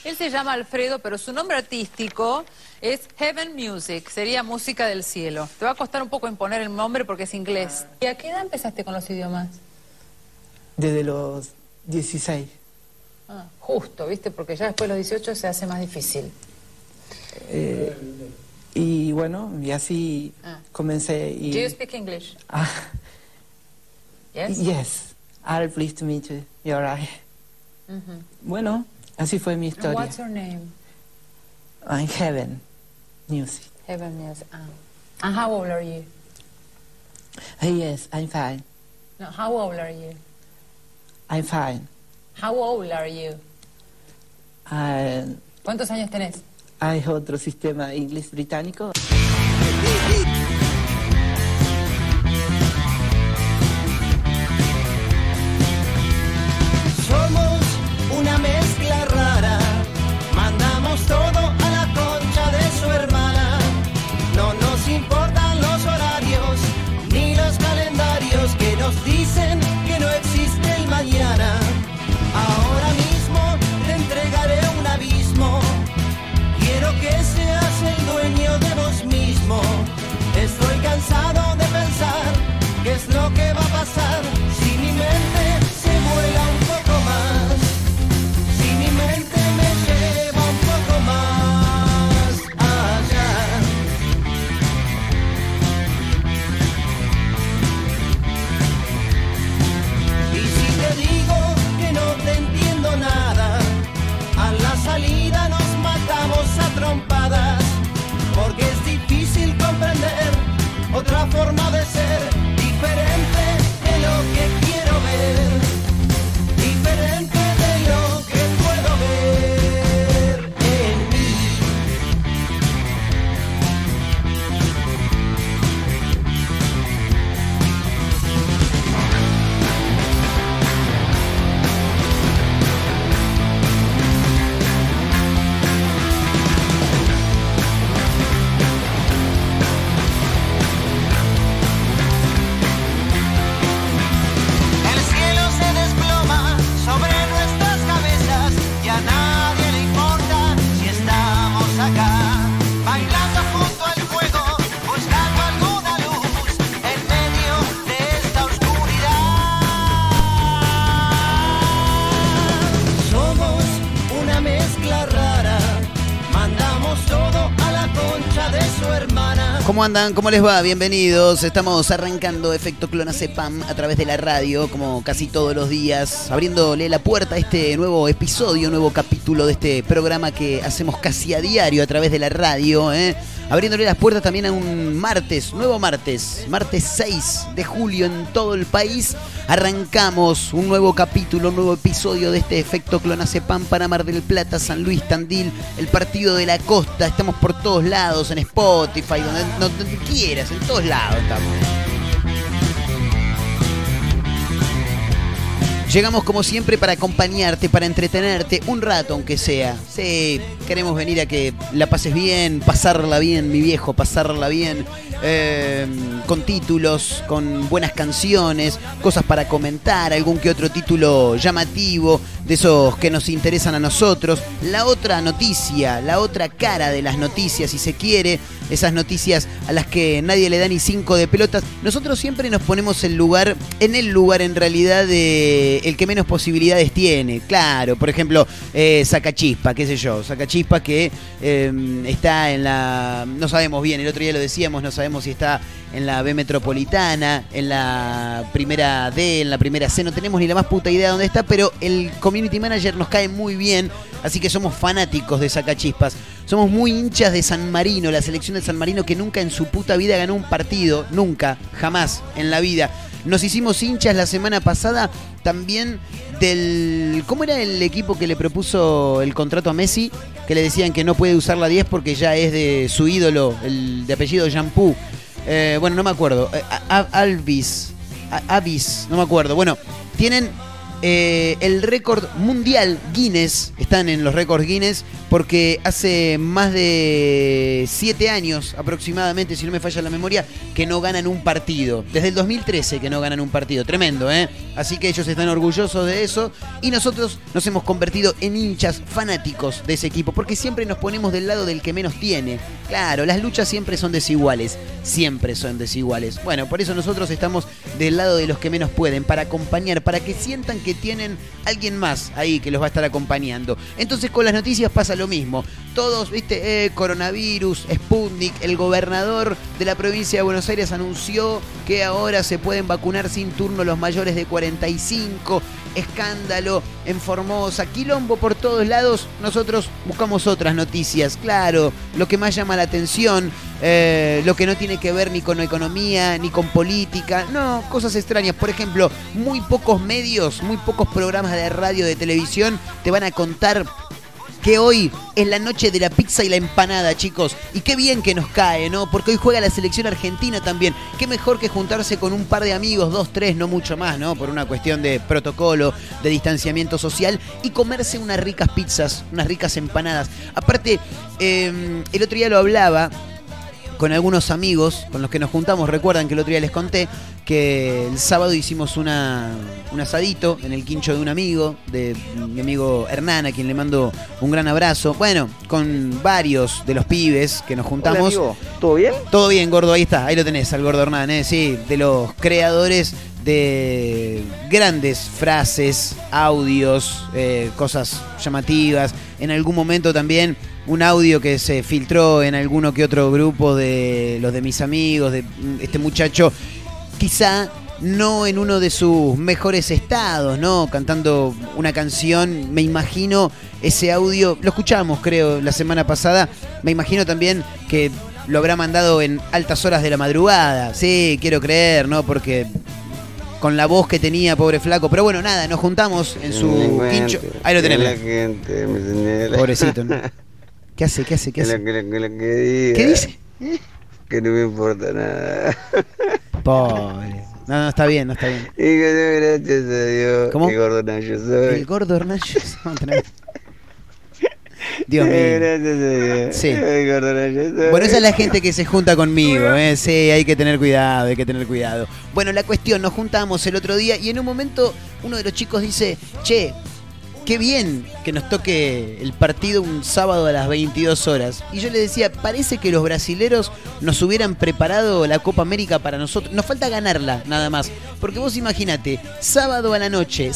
Él se llama Alfredo, pero su nombre artístico es Heaven Music, sería música del cielo. Te va a costar un poco imponer el nombre porque es inglés. ¿Y a qué edad empezaste con los idiomas? Desde los 16. Ah, justo, ¿viste? Porque ya después de los 18 se hace más difícil. Y bueno, y así comencé. Y... Do you speak English? Yes? Yes. I'm pleased to meet you. You're right. Bueno, así fue mi historia. And what's your name? I'm Heaven Music. Heaven Music. And how old are you? Yes, I'm fine. No, how old are you? I'm fine. How old are you? ¿Cuántos años tenés? Hay otro sistema inglés británico. Somos una mezcla rara, mandamos todo a la concha de su hermana. No nos importan los horarios ni los calendarios que nos dicen que no existe el mañana. Ahora mismo te entregaré un abismo. Quiero que seas el dueño de vos mismo. Estoy cansado de pensar qué es lo que va a pasar si mi mente se vuela un poco más. Si mi mente me lleva un poco más allá. Y si te digo que no te entiendo nada, a la salida nos matamos a trompadas, porque es difícil comprender otra forma de ser, diferente de lo que quiero ver, diferente de lo que puedo ver en mí. El cielo se desploma sobre nuestras cabezas y a nadie le importa si estamos acá, bailando junto al fuego, buscando alguna luz en medio de esta oscuridad. Somos una mezcla rara, mandamos todo a la concha de su hermana. ¿Cómo andan? ¿Cómo les va? Bienvenidos. Estamos arrancando Efecto Clonazepam a través de la radio, como casi todos los días, abriéndole la puerta a este nuevo episodio, nuevo capítulo de este programa que hacemos casi a diario a través de la radio, abriéndole las puertas también a un martes, nuevo martes 6 de julio en todo el país. Arrancamos un nuevo capítulo, un nuevo episodio de este Efecto Clonazepam para Mar del Plata, San Luis, Tandil, el Partido de la Costa. Estamos por todos lados, en Spotify, donde quieras, en todos lados estamos. Llegamos como siempre para acompañarte, para entretenerte un rato aunque sea. Sí, queremos venir a que la pases bien, pasarla bien, mi viejo, pasarla bien, con títulos, con buenas canciones, cosas para comentar, algún que otro título llamativo, de esos que nos interesan a nosotros. La otra noticia, la otra cara de las noticias, si se quiere, esas noticias a las que nadie le da ni 5 de pelotas. Nosotros siempre nos ponemos en el lugar en realidad de el que menos posibilidades tiene. Claro, por ejemplo, Sacachispa, qué sé yo, Sacachispa que está en la... No sabemos bien, el otro día lo decíamos, no sabemos si está en la B Metropolitana, en la primera D, en la primera C, no tenemos ni la más puta idea de dónde está, pero el community manager nos cae muy bien, así que somos fanáticos de Sacachispas. Somos muy hinchas de San Marino, la selección de San Marino que nunca en su puta vida ganó un partido, nunca, jamás en la vida. Nos hicimos hinchas la semana pasada también del... ¿Cómo era el equipo que le propuso el contrato a Messi? Que le decían que no puede usar la 10 porque ya es de su ídolo, el de apellido Jampú. Bueno, no me acuerdo. Avis, no me acuerdo. Bueno, tienen el récord mundial Guinness, están en los récords Guinness, porque hace más de 7 años aproximadamente, si no me falla la memoria, que no ganan un partido. Desde el 2013 que no ganan un partido. Tremendo, ¿eh? Así que ellos están orgullosos de eso y nosotros nos hemos convertido en hinchas fanáticos de ese equipo, porque siempre nos ponemos del lado del que menos tiene. Claro, las luchas siempre son desiguales, siempre son desiguales. Bueno, por eso nosotros estamos del lado de los que menos pueden, para acompañar, para que sientan que tienen alguien más ahí que los va a estar acompañando. Entonces con las noticias pasa lo mismo. Todos, viste, coronavirus, Sputnik, el gobernador de la provincia de Buenos Aires anunció que ahora se pueden vacunar sin turno los mayores de 45, escándalo en Formosa, quilombo por todos lados. Nosotros buscamos otras noticias, claro, lo que más llama la atención, lo que no tiene que ver ni con economía, ni con política, no, cosas extrañas. Por ejemplo, muy pocos medios, muy pocos programas de radio, de televisión te van a contar que hoy es la noche de la pizza y la empanada, chicos. Y qué bien que nos cae, ¿no? Porque hoy juega la selección argentina también. Qué mejor que juntarse con un par de amigos, 2, 3, no mucho más, ¿no? Por una cuestión de protocolo, de distanciamiento social, y comerse unas ricas pizzas, unas ricas empanadas. Aparte, el otro día lo hablaba con algunos amigos con los que nos juntamos. Recuerdan que el otro día les conté que el sábado hicimos un asadito en el quincho de un amigo, de mi amigo Hernán, a quien le mando un gran abrazo. Bueno, con varios de los pibes que nos juntamos. Hola, amigo. ¿Todo bien? Todo bien, gordo, ahí está, ahí lo tenés, al gordo Hernán, sí, de los creadores de grandes frases, audios, cosas llamativas. En algún momento también un audio que se filtró en alguno que otro grupo de los de mis amigos, de este muchacho, quizá no en uno de sus mejores estados, ¿no? Cantando una canción, me imagino ese audio, lo escuchamos creo la semana pasada, me imagino también que lo habrá mandado en altas horas de la madrugada, sí, quiero creer, ¿no? Porque con la voz que tenía, pobre flaco, pero bueno, nada, nos juntamos en su quincho, ahí lo tenemos. Pobrecito, ¿no? ¿Qué hace? ¿Qué dice? Que no me importa nada. Pobre. No, está bien, no está bien. Y que gracias a Dios. ¿Cómo? El gordo Nacho soy. El gordo Hernán. Dios mío. Gracias a Dios. Sí. El gordo Nacho soy. Bueno, esa es la gente que se junta conmigo, ¿eh? Sí, hay que tener cuidado, hay que tener cuidado. Bueno, la cuestión, nos juntamos el otro día y en un momento uno de los chicos dice, che, qué bien que nos toque el partido un sábado a las 22 horas. Y yo le decía, parece que los brasileros nos hubieran preparado la Copa América para nosotros. Nos falta ganarla, nada más. Porque vos imagínate, sábado a la noche,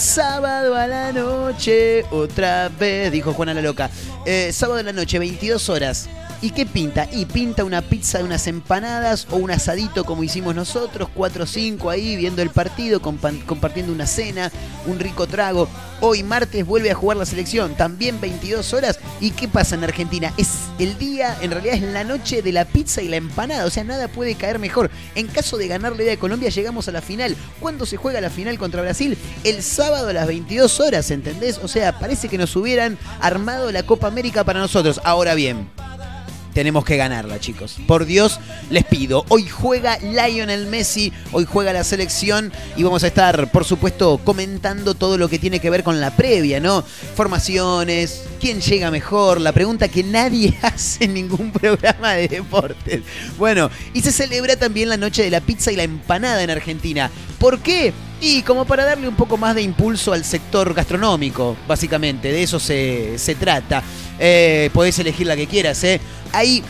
otra vez, dijo Juana la Loca. Sábado a la noche, 22 horas. ¿Y qué pinta? Y pinta una pizza de unas empanadas o un asadito como hicimos nosotros, 4 o 5 ahí viendo el partido, compartiendo una cena, un rico trago. Hoy martes vuelve a jugar la selección, también 22 horas. ¿Y qué pasa en Argentina? Es el día, en realidad es la noche de la pizza y la empanada, o sea, nada puede caer mejor. En caso de ganarle a Colombia llegamos a la final. ¿Cuándo se juega la final contra Brasil? El sábado a las 22 horas, ¿entendés? O sea, parece que nos hubieran armado la Copa América para nosotros. Ahora bien, tenemos que ganarla, chicos. Por Dios, les pido. Hoy juega Lionel Messi, hoy juega la selección y vamos a estar, por supuesto, comentando todo lo que tiene que ver con la previa, ¿no? Formaciones, quién llega mejor, la pregunta que nadie hace en ningún programa de deportes. Bueno, y se celebra también la noche de la pizza y la empanada en Argentina. ¿Por qué? Y como para darle un poco más de impulso al sector gastronómico, básicamente, de eso se trata. Podés elegir la que quieras, ¿eh? Hay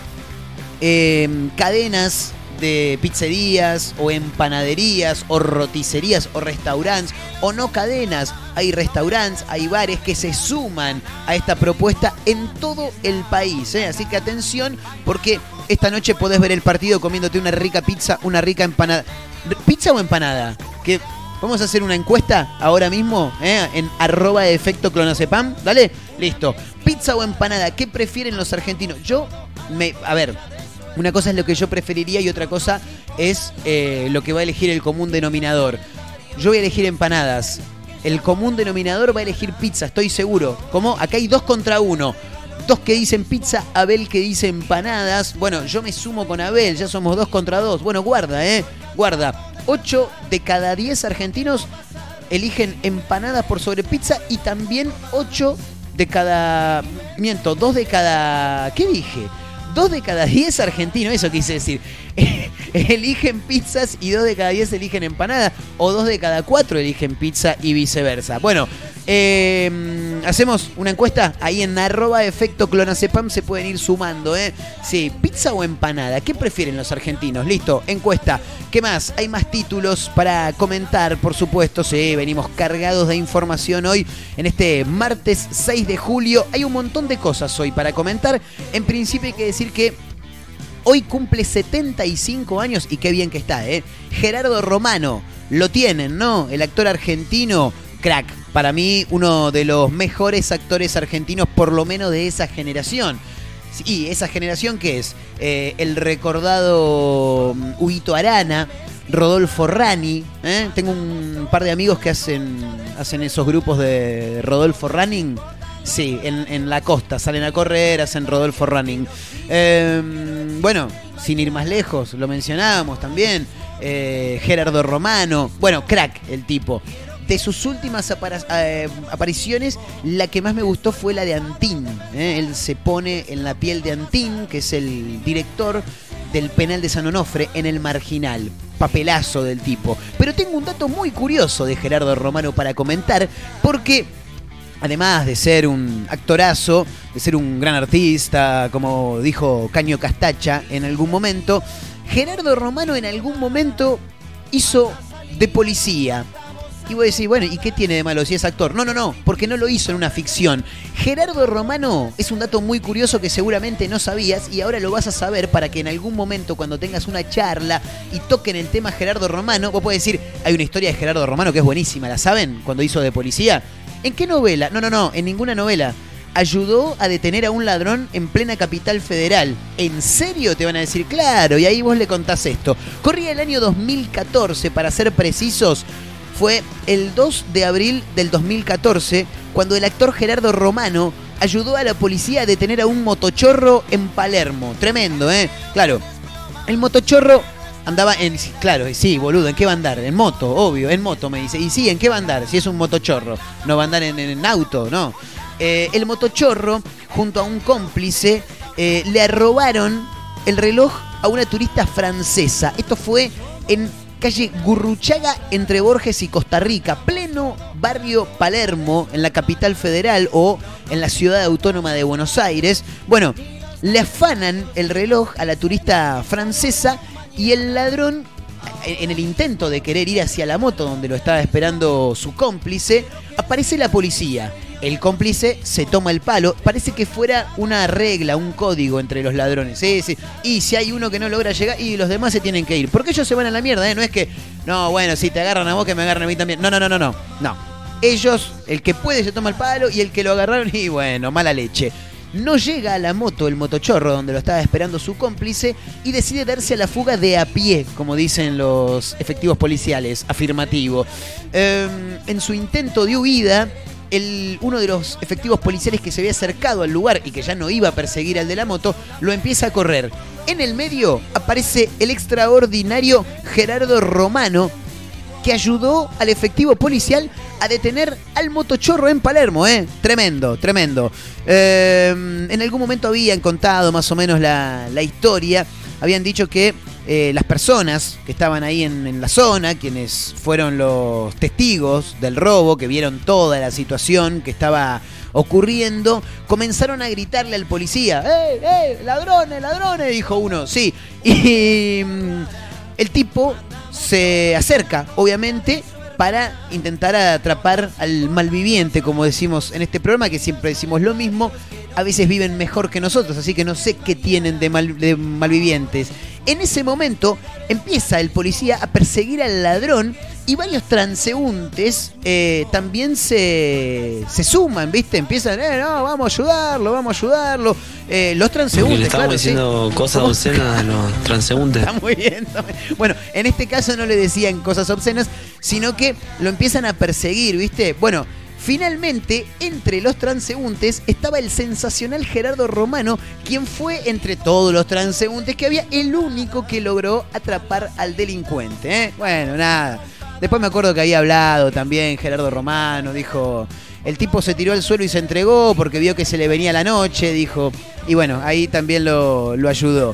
cadenas de pizzerías o empanaderías o roticerías o restaurantes o no cadenas. Hay restaurantes, hay bares que se suman a esta propuesta en todo el país, ¿eh? Así que atención, porque esta noche podés ver el partido comiéndote una rica pizza, una rica empanada. ¿Pizza o empanada? Que vamos a hacer una encuesta ahora mismo, en @efectoclonazepam. Dale, listo. ¿Pizza o empanada? ¿Qué prefieren los argentinos? A ver, una cosa es lo que yo preferiría y otra cosa es lo que va a elegir el común denominador. Yo voy a elegir empanadas. El común denominador va a elegir pizza, estoy seguro. ¿Cómo? Acá hay 2 contra 1. 2 que dicen pizza, Abel que dice empanadas. Bueno, yo me sumo con Abel, ya somos 2 contra 2. Bueno, guarda, guarda. 8 de cada 10 argentinos eligen empanadas por sobre pizza y también 2 de cada... ¿Qué dije? 2 de cada 10 argentinos, eso quise decir, eligen pizzas y 2 de cada 10 eligen empanada, o 2 de cada 4 eligen pizza y viceversa. Bueno, hacemos una encuesta ahí en @efectoclonacepam, se pueden ir sumando, Sí, pizza o empanada, ¿qué prefieren los argentinos? Listo, encuesta. ¿Qué más? Hay más títulos para comentar, por supuesto. Sí, venimos cargados de información hoy en este martes 6 de julio. Hay un montón de cosas hoy para comentar. En principio hay que decir que hoy cumple 75 años y qué bien que está, Gerardo Romano, lo tienen, ¿no? El actor argentino, crack. Para mí, uno de los mejores actores argentinos, por lo menos de esa generación. Y esa generación que es el recordado Huguito Arana, Rodolfo Rani. Tengo un par de amigos que hacen esos grupos de Rodolfo Running. Sí, en la costa, salen a correr, hacen Rodolfo Running. Bueno, sin ir más lejos, lo mencionábamos también. Gerardo Romano. Bueno, crack el tipo. De sus últimas apariciones, la que más me gustó fue la de Antín. Él se pone en la piel de Antín, que es el director del penal de San Onofre, en El Marginal. Papelazo del tipo. Pero tengo un dato muy curioso de Gerardo Romano para comentar, porque además de ser un actorazo, de ser un gran artista, como dijo Caño Castacha en algún momento, Gerardo Romano en algún momento hizo de policía. Y vos decís, bueno, ¿y qué tiene de malo si es actor? No, porque no lo hizo en una ficción. Gerardo Romano es un dato muy curioso que seguramente no sabías y ahora lo vas a saber para que en algún momento cuando tengas una charla y toquen el tema Gerardo Romano, vos podés decir, hay una historia de Gerardo Romano que es buenísima, ¿la saben? Cuando hizo de policía. ¿En qué novela? No, en ninguna novela. Ayudó a detener a un ladrón en plena capital federal. ¿En serio? Te van a decir, claro, y ahí vos le contás esto. Corría el año 2014, para ser precisos. Fue el 2 de abril del 2014 cuando el actor Gerardo Romano ayudó a la policía a detener a un motochorro en Palermo. Tremendo, Claro, el motochorro andaba en... Claro, sí, boludo, ¿en qué va a andar? En moto, obvio, en moto me dice. Y sí, ¿en qué va a andar? Si es un motochorro. No va a andar en auto, no. El motochorro, junto a un cómplice, le robaron el reloj a una turista francesa. Esto fue en calle Gurruchaga, entre Borges y Costa Rica, pleno barrio Palermo, en la capital federal o en la ciudad autónoma de Buenos Aires. Bueno, le afanan el reloj a la turista francesa y el ladrón, en el intento de querer ir hacia la moto donde lo estaba esperando su cómplice, aparece la policía. El cómplice se toma el palo. Parece que fuera una regla, un código entre los ladrones. Sí. Y si hay uno que no logra llegar, y los demás se tienen que ir. Porque ellos se van a la mierda, No es que, no, bueno, si te agarran a vos, que me agarren a mí también. No. Ellos, el que puede se toma el palo y el que lo agarraron, y bueno, mala leche. No llega a la moto el motochorro donde lo estaba esperando su cómplice y decide darse a la fuga de a pie, como dicen los efectivos policiales. Afirmativo. En su intento de huida, uno de los efectivos policiales que se había acercado al lugar y que ya no iba a perseguir al de la moto, lo empieza a correr. En el medio aparece el extraordinario Gerardo Romano, que ayudó al efectivo policial a detener al motochorro en Palermo, Tremendo. En algún momento habían contado más o menos la historia. Habían dicho que las personas que estaban ahí en la zona, quienes fueron los testigos del robo, que vieron toda la situación que estaba ocurriendo, comenzaron a gritarle al policía, ladrones, dijo uno, sí. Y el tipo se acerca, obviamente, para intentar atrapar al malviviente, como decimos en este programa, que siempre decimos lo mismo. A veces viven mejor que nosotros, así que no sé qué tienen de malvivientes. En ese momento empieza el policía a perseguir al ladrón y varios transeúntes también se suman, ¿viste? Empiezan, no, vamos a ayudarlo. Los transeúntes, le estamos diciendo cosas obscenas a los transeúntes. Está muy bien. Bueno, en este caso no le decían cosas obscenas, sino que lo empiezan a perseguir, ¿viste? Bueno, finalmente, entre los transeúntes estaba el sensacional Gerardo Romano, quien fue, entre todos los transeúntes que había, el único que logró atrapar al delincuente, Bueno, nada. Después me acuerdo que había hablado también Gerardo Romano, dijo, el tipo se tiró al suelo y se entregó porque vio que se le venía la noche, dijo, y bueno, ahí también lo ayudó.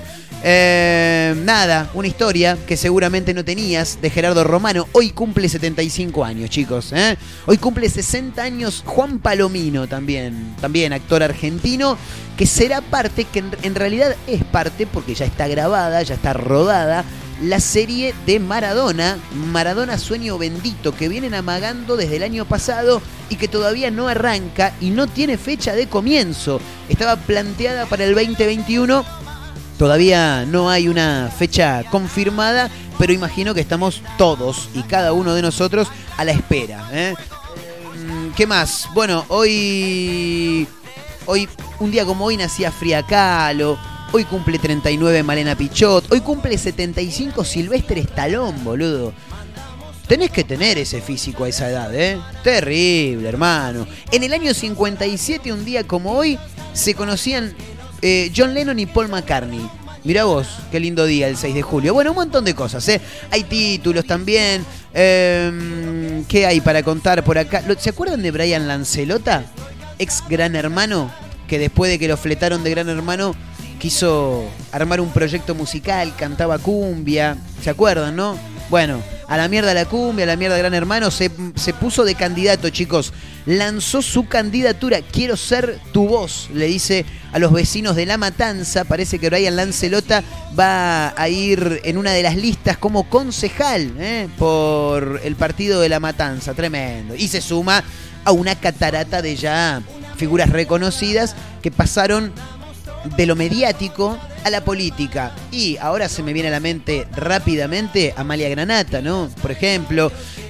Nada, una historia que seguramente no tenías de Gerardo Romano. Hoy cumple 75 años, chicos. Hoy cumple 60 años Juan Palomino también actor argentino, que será parte, que en realidad es parte, porque ya está grabada, ya está rodada, la serie de Maradona, Maradona Sueño Bendito, que vienen amagando desde el año pasado y que todavía no arranca y no tiene fecha de comienzo. Estaba planteada para el 2021. Todavía no hay una fecha confirmada, pero imagino que estamos todos y cada uno de nosotros a la espera. ¿Qué más? Bueno, hoy, un día como hoy, nacía Frida Kahlo. Hoy cumple 39 Malena Pichot. Hoy cumple 75 Sylvester Stallone, boludo. Tenés que tener ese físico a esa edad, Terrible, hermano. En el año 57, un día como hoy, se conocían John Lennon y Paul McCartney. Mirá vos, qué lindo día el 6 de julio. Bueno, un montón de cosas, Hay títulos también. ¿Qué hay para contar por acá? ¿Se acuerdan de Brian Lancelota? Ex Gran Hermano, que después de que lo fletaron de Gran Hermano, quiso armar un proyecto musical, cantaba cumbia. ¿Se acuerdan, no? Bueno, a la mierda la cumbia, a la mierda Gran Hermano, se puso de candidato, chicos. Lanzó su candidatura. Quiero ser tu voz, le dice a los vecinos de La Matanza. Parece que Brian Lancelota va a ir en una de las listas como concejal por el partido de La Matanza. Tremendo. Y se suma a una catarata de ya figuras reconocidas que pasaron de lo mediático a la política. Y ahora se me viene a la mente rápidamente Amalia Granata, ¿no? Por ejemplo,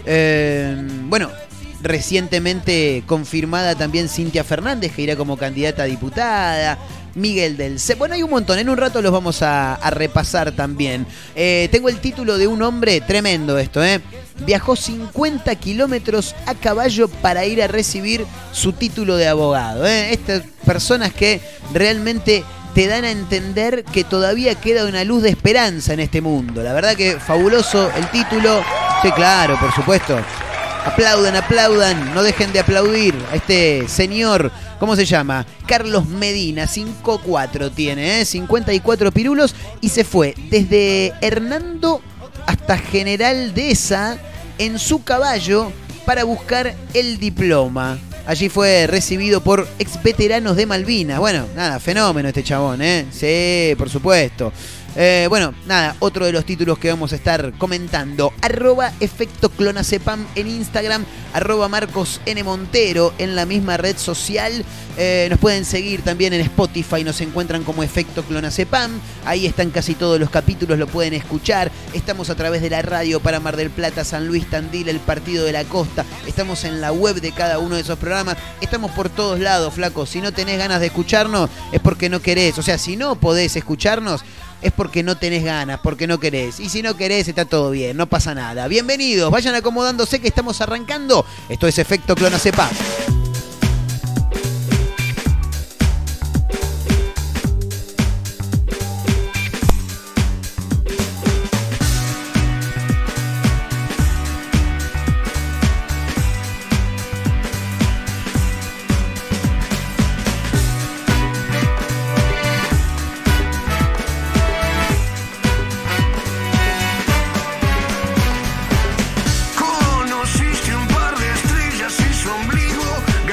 bueno, recientemente confirmada también Cintia Fernández, que irá como candidata a diputada. Miguel del C. Bueno, hay un montón. En un rato los vamos a repasar también. Tengo el título de un hombre, tremendo esto, Viajó 50 kilómetros a caballo para ir a recibir su título de abogado. Estas personas que realmente te dan a entender que todavía queda una luz de esperanza en este mundo. La verdad que fabuloso el título. Sí, claro, por supuesto. Aplaudan, no dejen de aplaudir a este señor. ¿Cómo se llama? Carlos Medina, 5'4" tiene, 54 pirulos, y se fue desde Hernando hasta General Dehesa en su caballo para buscar el diploma. Allí fue recibido por exveteranos de Malvinas. Bueno, nada, fenómeno este chabón, Sí, por supuesto. Bueno, nada, otro de los títulos que vamos a estar comentando. @Efecto Clonacepam en Instagram, @Marcos N. Montero en la misma red social. Nos pueden seguir también en Spotify, nos encuentran como Efecto Clonacepam. Ahí están casi todos los capítulos, lo pueden escuchar. Estamos a través de la radio para Mar del Plata, San Luis, Tandil, el Partido de la Costa. Estamos en la web de cada uno de esos programas. Estamos por todos lados, flaco. Si no tenés ganas de escucharnos, es porque no querés. O sea, si no podés escucharnos, es porque no tenés ganas, porque no querés. Y si no querés, está todo bien, no pasa nada. Bienvenidos, vayan acomodándose que estamos arrancando. Esto es Efecto Clonacepam. Conociste un par de estrellas y su ombligo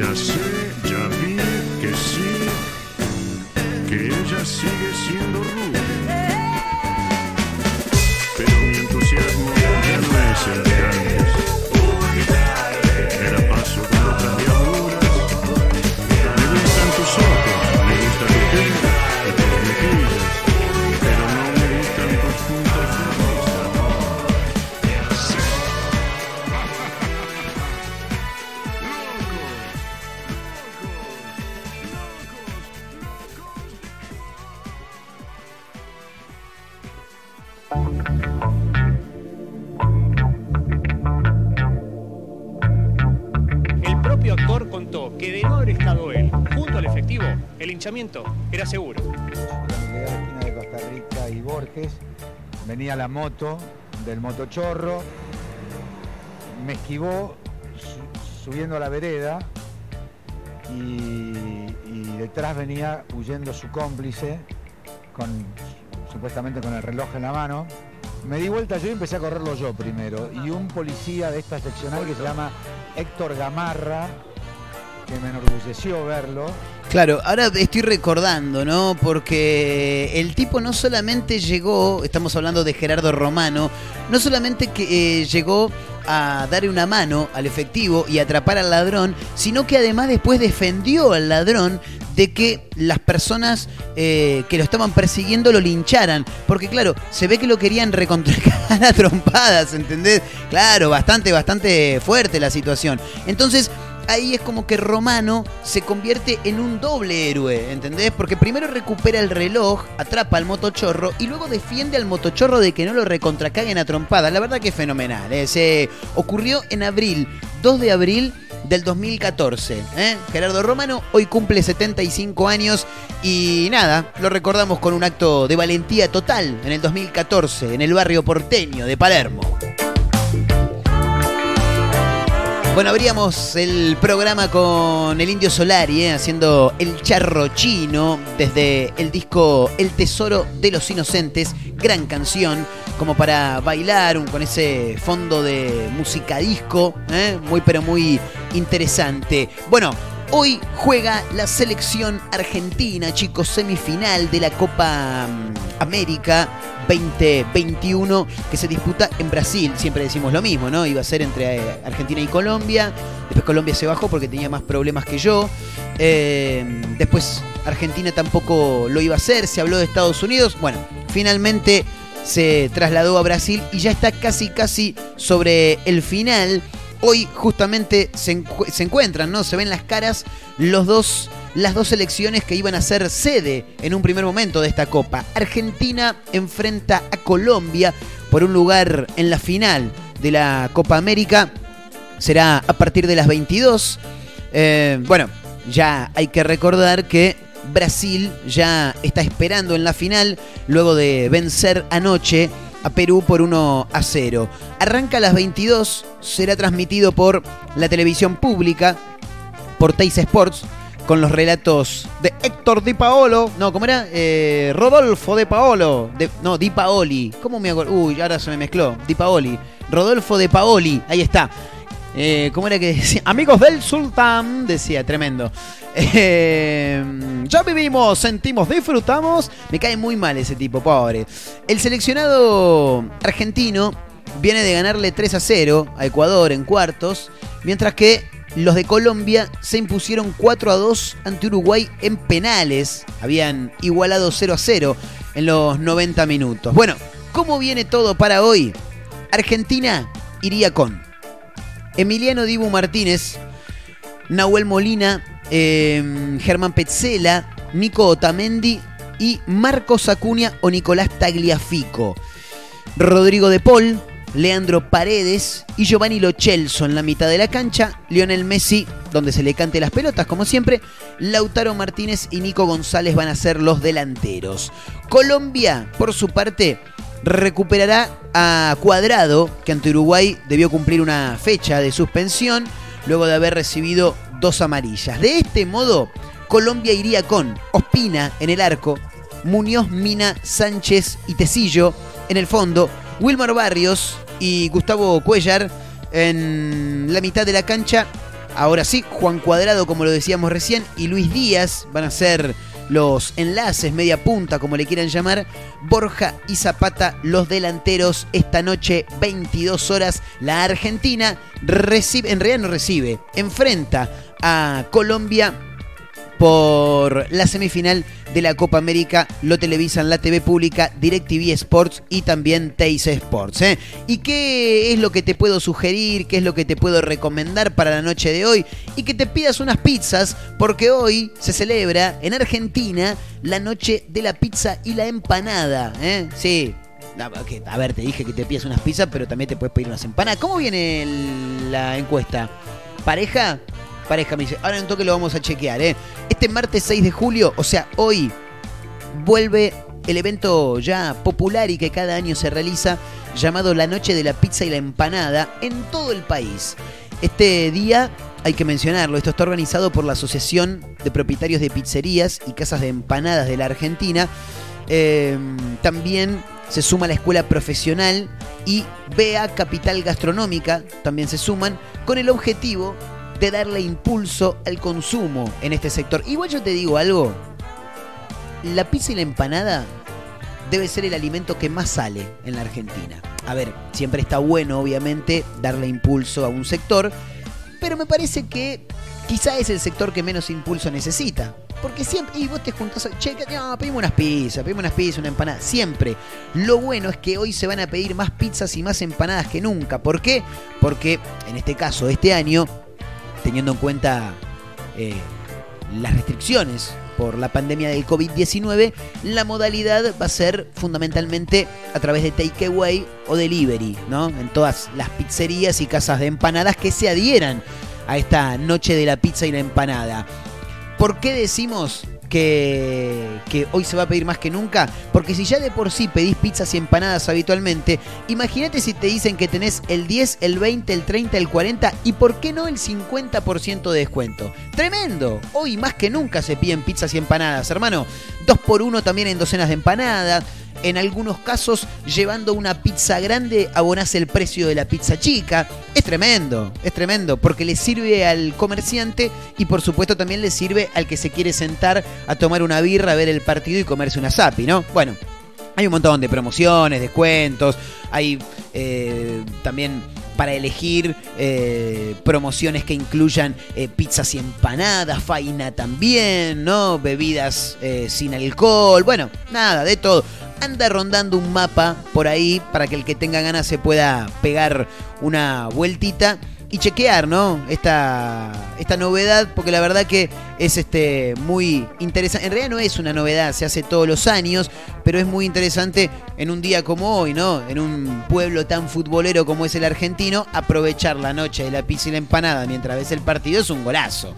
Ya sé, ya vi que sí, que ella sigue siendo rubia. Pero mi entusiasmo ya no es el de antes. Era paso con otras diabluras. Me gustan tus ojos, me gusta tu tinta y tus mejillas, pero no me gustan tus puntos de vista. El propio actor contó que de no haber estado él junto al efectivo, el linchamiento era seguro. Llegué a la esquina de Costa Rica y Borges, venía la moto del motochorro, me esquivó subiendo a la vereda y detrás venía huyendo su cómplice, supuestamente con el reloj en la mano. Me di vuelta yo y empecé a correrlo yo primero, y un policía de esta seccional que se llama Héctor Gamarra, que me enorgulleció verlo. Claro, ahora estoy recordando, ¿no? Porque el tipo no solamente llegó, estamos hablando de Gerardo Romano, no solamente que llegó a darle una mano al efectivo y atrapar al ladrón, sino que además después defendió al ladrón de que las personas que lo estaban persiguiendo lo lincharan. Porque claro, se ve que lo querían recontracar a trompadas, ¿entendés? Claro, bastante fuerte la situación. Entonces ahí es como que Romano se convierte en un doble héroe, ¿entendés? Porque primero recupera el reloj, atrapa al motochorro y luego defiende al motochorro de que no lo recontracaguen a trompadas. La verdad que es fenomenal, ¿eh? Se ocurrió en abril, 2 de abril del 2014. Gerardo Romano hoy cumple 75 años y nada, lo recordamos con un acto de valentía total en el 2014 en el barrio porteño de Palermo. Bueno, abríamos el programa con el Indio Solari, haciendo El Charro Chino desde el disco El Tesoro de los Inocentes. Gran canción, como para bailar, con ese fondo de música disco, muy pero muy interesante. Bueno, hoy juega la selección argentina, chicos, semifinal de la Copa América 2021 que se disputa en Brasil. Siempre decimos lo mismo, ¿no? Iba a ser entre Argentina y Colombia. Después Colombia se bajó porque tenía más problemas que yo. Después Argentina tampoco lo iba a hacer. Se habló de Estados Unidos. Bueno, finalmente se trasladó a Brasil y ya está casi sobre el final. Hoy justamente se encuentran, ¿no? Se ven las caras las dos selecciones que iban a ser sede en un primer momento de esta Copa. Argentina enfrenta a Colombia por un lugar en la final de la Copa América. Será a partir de las 22. Bueno, ya hay que recordar que Brasil ya está esperando en la final luego de vencer anoche a Perú por 1-0. Arranca a las 22, será transmitido por la televisión pública, por Teis Sports, con los relatos de Héctor Di Paolo. No, ¿cómo era? Rodolfo De Paolo. Di Paoli. ¿Cómo me acuerdo? Uy, ahora se me mezcló. Di Paoli. Rodolfo De Paoli. Ahí está. ¿Cómo era que decía? Amigos del Sultán, decía, tremendo. Ya vivimos, sentimos, disfrutamos. Me cae muy mal ese tipo, pobre. El seleccionado argentino viene de ganarle 3-0 a Ecuador en cuartos, mientras que los de Colombia se impusieron 4-2 ante Uruguay en penales. Habían igualado 0-0 en los 90 minutos. Bueno, ¿cómo viene todo para hoy? Argentina iría con Emiliano Dibu Martínez, Nahuel Molina, Germán Petzela, Nico Otamendi y Marcos Acuña o Nicolás Tagliafico. Rodrigo De Paul, Leandro Paredes y Giovanni Lo Celso en la mitad de la cancha. Lionel Messi, donde se le cante las pelotas, como siempre. Lautaro Martínez y Nico González van a ser los delanteros. Colombia, por su parte, recuperará a Cuadrado, que ante Uruguay debió cumplir una fecha de suspensión luego de haber recibido 2 amarillas. De este modo, Colombia iría con Ospina en el arco, Muñoz, Mina, Sánchez y Tecillo en el fondo, Wilmar Barrios y Gustavo Cuellar en la mitad de la cancha, Ahora sí, Juan Cuadrado, como lo decíamos recién, y Luis Díaz van a ser los enlaces, media punta, como le quieran llamar. Borja y Zapata, los delanteros. Esta noche, 22 horas, la Argentina recibe, en realidad no recibe, enfrenta a Colombia por la semifinal de la Copa América. Lo televisan la TV pública, DirecTV Sports y también Teis Sports. ¿Y qué es lo que te puedo sugerir? ¿Qué es lo que te puedo recomendar para la noche de hoy? Y que te pidas unas pizzas, porque hoy se celebra en Argentina la noche de la pizza y la empanada. Sí. A ver, te dije que te pidas unas pizzas, pero también te puedes pedir unas empanadas. ¿Cómo viene la encuesta? ¿Pareja? Pareja, me dice. Ahora en un toque lo vamos a chequear, Este martes 6 de julio, o sea, hoy, vuelve el evento ya popular y que cada año se realiza, llamado la Noche de la Pizza y la Empanada, en todo el país. Este día, hay que mencionarlo, esto está organizado por la Asociación de Propietarios de Pizzerías y Casas de Empanadas de la Argentina. También se suma la Escuela Profesional y BA Capital Gastronómica, también se suman, con el objetivo de darle impulso al consumo en este sector. Igual yo te digo algo, la pizza y la empanada debe ser el alimento que más sale en la Argentina. A ver, siempre está bueno, obviamente, darle impulso a un sector, pero me parece que quizá es el sector que menos impulso necesita. Porque siempre, y vos te juntás, che, no, pedimos unas pizzas, una empanada, siempre. Lo bueno es que hoy se van a pedir más pizzas y más empanadas que nunca. ¿Por qué? Porque, en este caso, este año, teniendo en cuenta las restricciones por la pandemia del COVID-19, la modalidad va a ser fundamentalmente a través de takeaway o delivery, ¿no? En todas las pizzerías y casas de empanadas que se adhieran a esta noche de la pizza y la empanada. ¿Por qué decimos que hoy se va a pedir más que nunca? Porque si ya de por sí pedís pizzas y empanadas habitualmente, imagínate si te dicen que tenés el 10, el 20, el 30, el 40 y por qué no el 50% de descuento. ¡Tremendo! Hoy más que nunca se piden pizzas y empanadas, hermano. 2x1 también en docenas de empanadas. En algunos casos, llevando una pizza grande, abonás el precio de la pizza chica. Es tremendo, porque le sirve al comerciante y por supuesto también le sirve al que se quiere sentar a tomar una birra, a ver el partido y comerse una zapi, ¿no? Bueno, hay un montón de promociones, descuentos, hay también para elegir promociones que incluyan pizzas y empanadas, faina también, ¿no? Bebidas sin alcohol, bueno, nada, de todo. Anda rondando un mapa por ahí para que el que tenga ganas se pueda pegar una vueltita y chequear, ¿no? Esta novedad, porque la verdad que es muy interesante. En realidad no es una novedad, se hace todos los años, pero es muy interesante en un día como hoy, ¿no? En un pueblo tan futbolero como es el argentino, aprovechar la noche de la pizza y la empanada mientras ves el partido es un golazo.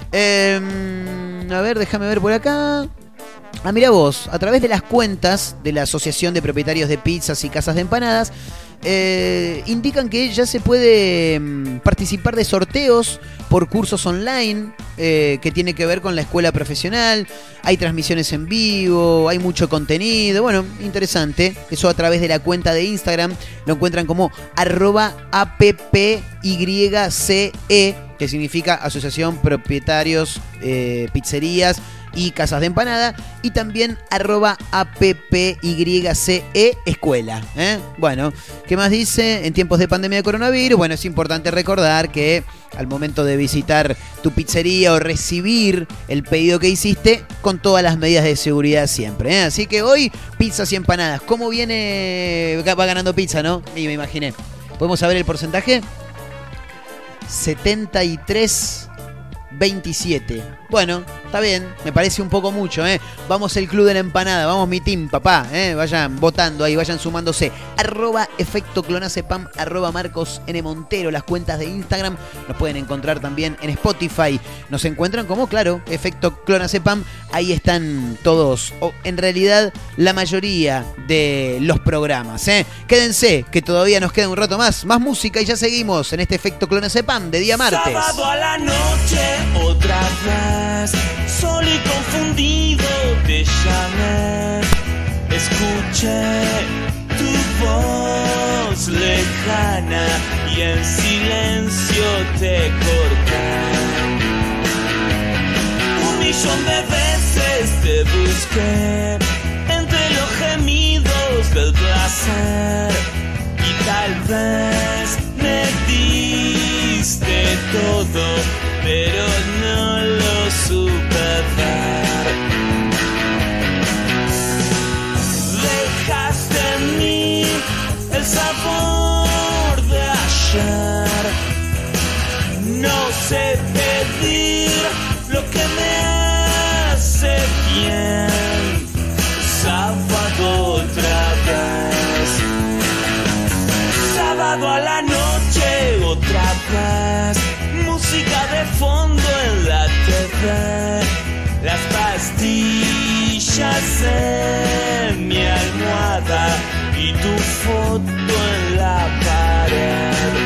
A ver, déjame ver por acá. Ah, mira vos, a través de las cuentas de la Asociación de Propietarios de Pizzas y Casas de Empanadas, indican que ya se puede participar de sorteos por cursos online que tiene que ver con la escuela profesyonal. Hay transmisiones en vivo, hay mucho contenido, bueno, interesante. Eso a través de la cuenta de Instagram lo encuentran como @APPYCE, que significa Asociación Propietarios Pizzerías y Casas de Empanada, y también @APPYCE Escuela. Bueno, ¿qué más dice? En tiempos de pandemia de coronavirus, bueno, es importante recordar que al momento de visitar tu pizzería o recibir el pedido que hiciste, con todas las medidas de seguridad siempre. Así que hoy, pizzas y empanadas. ¿Cómo viene? Va ganando pizza, ¿no? Y me imaginé. ¿Podemos saber el porcentaje? 73-27. Bueno, está bien, me parece un poco mucho, Vamos el club de la empanada, vamos mi team, papá, Vayan votando ahí, vayan sumándose. @Efecto Clonacepam, @Marcos N. Montero, las cuentas de Instagram. Nos pueden encontrar también en Spotify. Nos encuentran como, claro, Efecto Clonacepam. Ahí están todos, o en realidad la mayoría de los programas, Quédense, que todavía nos queda un rato más. Más música y ya seguimos en este Efecto Clonacepam de día martes. Sábado a la noche, otra vez, solo y confundido te llamé. Escuché tu voz lejana y en silencio te corté. millón de veces te busqué entre los gemidos del placer y tal vez me diste todo, pero no lo supe dar. Dejaste en mí el sabor de ayer. No sé pedir lo que me hace bien. Sábado otra vez. Sábado a la noche otra vez. Música de fondo en la TV. Las pastillas en mi almohada y tu foto en la pared.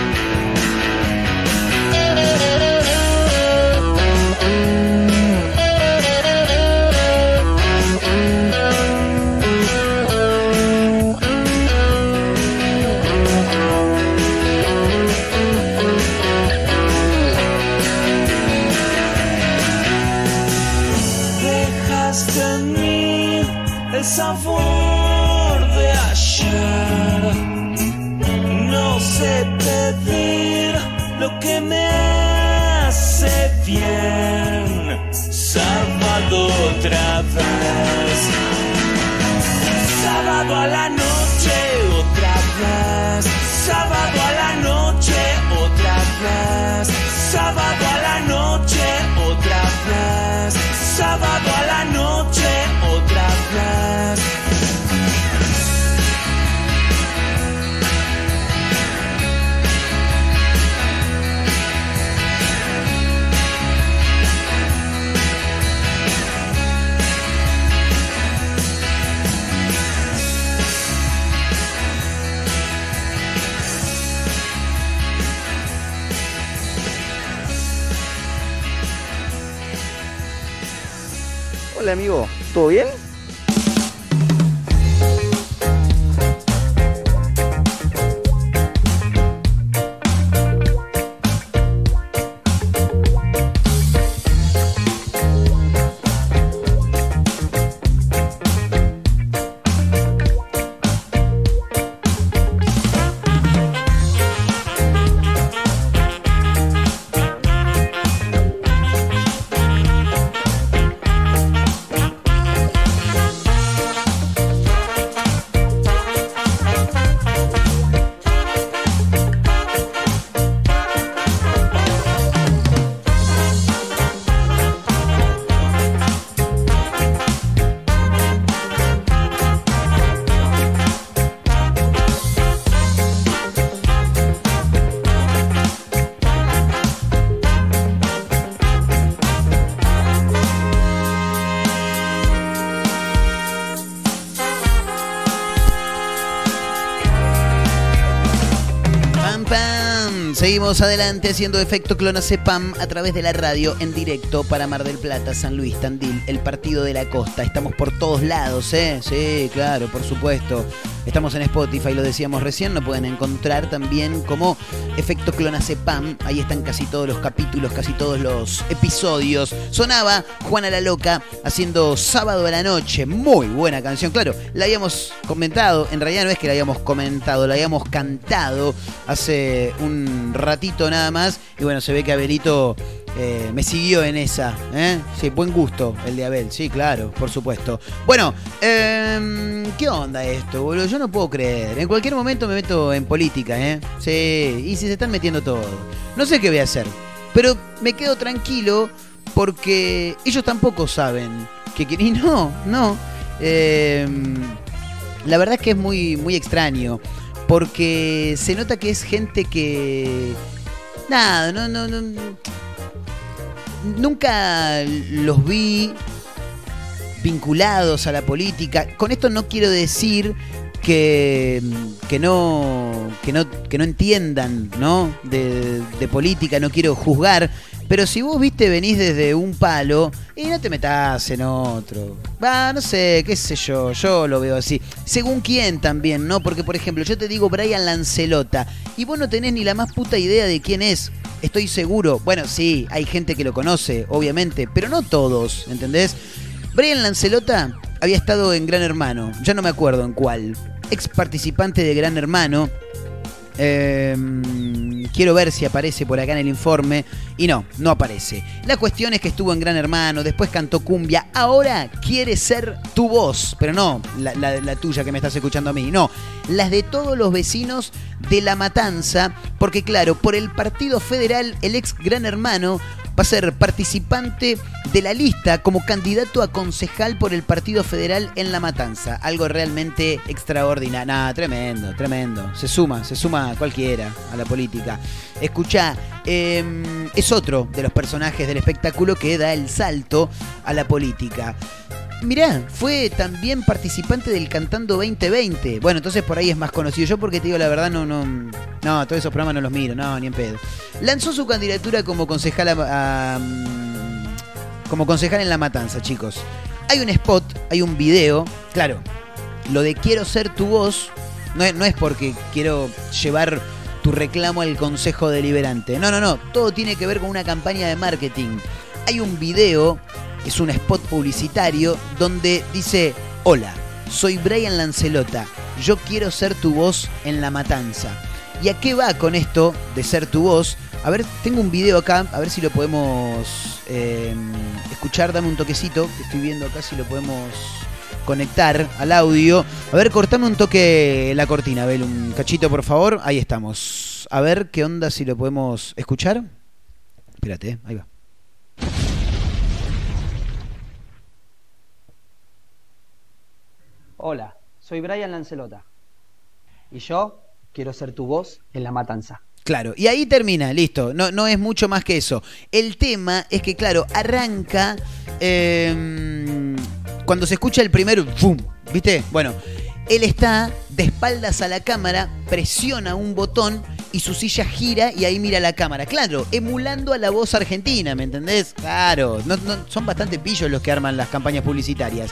Dejaste en mí el sabor de ayer. No sé pedir lo que me hace bien. Sábado otra vez. Sábado a la noche otra vez. Sábado a la noche otra vez. Sábado a la noche otra vez. Sábado a la noche otra vez. Hola amigo, ¿todo bien? Seguimos adelante haciendo efecto Clonazepam a través de la radio en directo para Mar del Plata, San Luis, Tandil, el Partido de la Costa. Estamos por todos lados, ¿eh? Sí, claro, por supuesto. Estamos en Spotify, lo decíamos recién, lo pueden encontrar también como efecto Clonazepam. Ahí están casi todos los capítulos, casi todos los episodios. Sonaba Juana la Loca haciendo Sábado a la Noche. Muy buena canción, claro. La habíamos comentado, en realidad no es que la habíamos comentado, la habíamos cantado hace un ratito nada más. Y bueno, se ve que Abelito me siguió en esa, ¿eh? Sí, buen gusto el de Abel, sí, claro, por supuesto. Bueno, ¿qué onda esto, boludo? Yo no puedo creer. En cualquier momento me meto en política, ¿eh? Sí, y si se están metiendo todo. No sé qué voy a hacer, pero me quedo tranquilo porque ellos tampoco saben que... Y no. La verdad es que es muy, muy extraño porque se nota que es gente que... Nada, no. Nunca los vi vinculados a la política. Con esto no quiero decir que no entiendan, ¿no? de política, no quiero juzgar. Pero si vos, viste, venís desde un palo y no te metás en otro. No sé, qué sé yo lo veo así. Según quién también, ¿no? Porque, por ejemplo, yo te digo Brian Lancelota y vos no tenés ni la más puta idea de quién es. estoy seguro. Bueno, sí, hay gente que lo conoce, obviamente, pero no todos, ¿entendés? Brian Lancelota había estado en Gran Hermano, ya no me acuerdo en cuál. Ex participante de Gran Hermano. Quiero ver si aparece por acá en el informe. Y no aparece. La cuestión es que estuvo en Gran Hermano, después cantó cumbia. Ahora quiere ser tu voz. Pero no la tuya que me estás escuchando a mí. No, las de todos los vecinos de La Matanza. Porque claro, por el Partido Federal, el ex Gran Hermano va a ser participante de la lista como candidato a concejal por el Partido Federal en La Matanza. Algo realmente extraordinario. Nah, tremendo. Se suma cualquiera a la política. Escuchá, es otro de los personajes del espectáculo que da el salto a la política. Mirá, fue también participante del Cantando 2020. Bueno, entonces por ahí es más conocido. Yo porque te digo la verdad, no, todos esos programas no los miro, no, ni en pedo. Lanzó su candidatura como concejal como concejal en La Matanza, chicos. Hay un spot, hay un video. Claro, lo de quiero ser tu voz no es porque quiero llevar tu reclamo al Consejo Deliberante. No. Todo tiene que ver con una campaña de marketing. Hay un video, es un spot publicitario, donde dice: hola, soy Brian Lancelota. Yo quiero ser tu voz en La Matanza. ¿Y a qué va con esto de ser tu voz? A ver, tengo un video acá, a ver si lo podemos escuchar. Dame un toquecito, que estoy viendo acá si lo podemos conectar al audio. A ver, cortame un toque la cortina, Abel, un cachito, por favor. Ahí estamos. A ver qué onda si lo podemos escuchar. Espérate, ahí va. Hola, soy Brian Lancelota. Y yo quiero ser tu voz en La Matanza. Claro, y ahí termina, listo, no es mucho más que eso. El tema es que, claro, arranca cuando se escucha el primer ¡fum! ¿Viste? Bueno, él está de espaldas a la cámara, presiona un botón y su silla gira y ahí mira la cámara. Claro, emulando a La Voz Argentina, ¿me entendés? Claro, son bastante pillos los que arman las campañas publicitarias.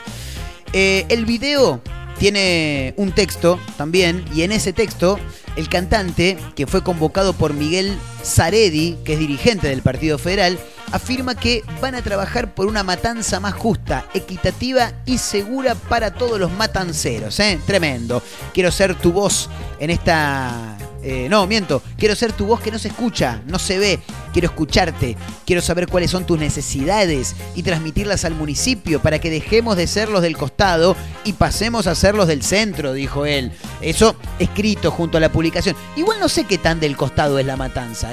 El video tiene un texto también, y en ese texto el cantante, que fue convocado por Miguel Zaredi, que es dirigente del Partido Federal, afirma que van a trabajar por una matanza más justa, equitativa y segura para todos los matanceros. Tremendo. Quiero ser tu voz en esta... quiero ser tu voz que no se escucha, no se ve. Quiero escucharte, quiero saber cuáles son tus necesidades y transmitirlas al municipio para que dejemos de ser los del costado y pasemos a ser los del centro, dijo él. Eso escrito junto a la publicación. Igual no sé qué tan del costado es La Matanza,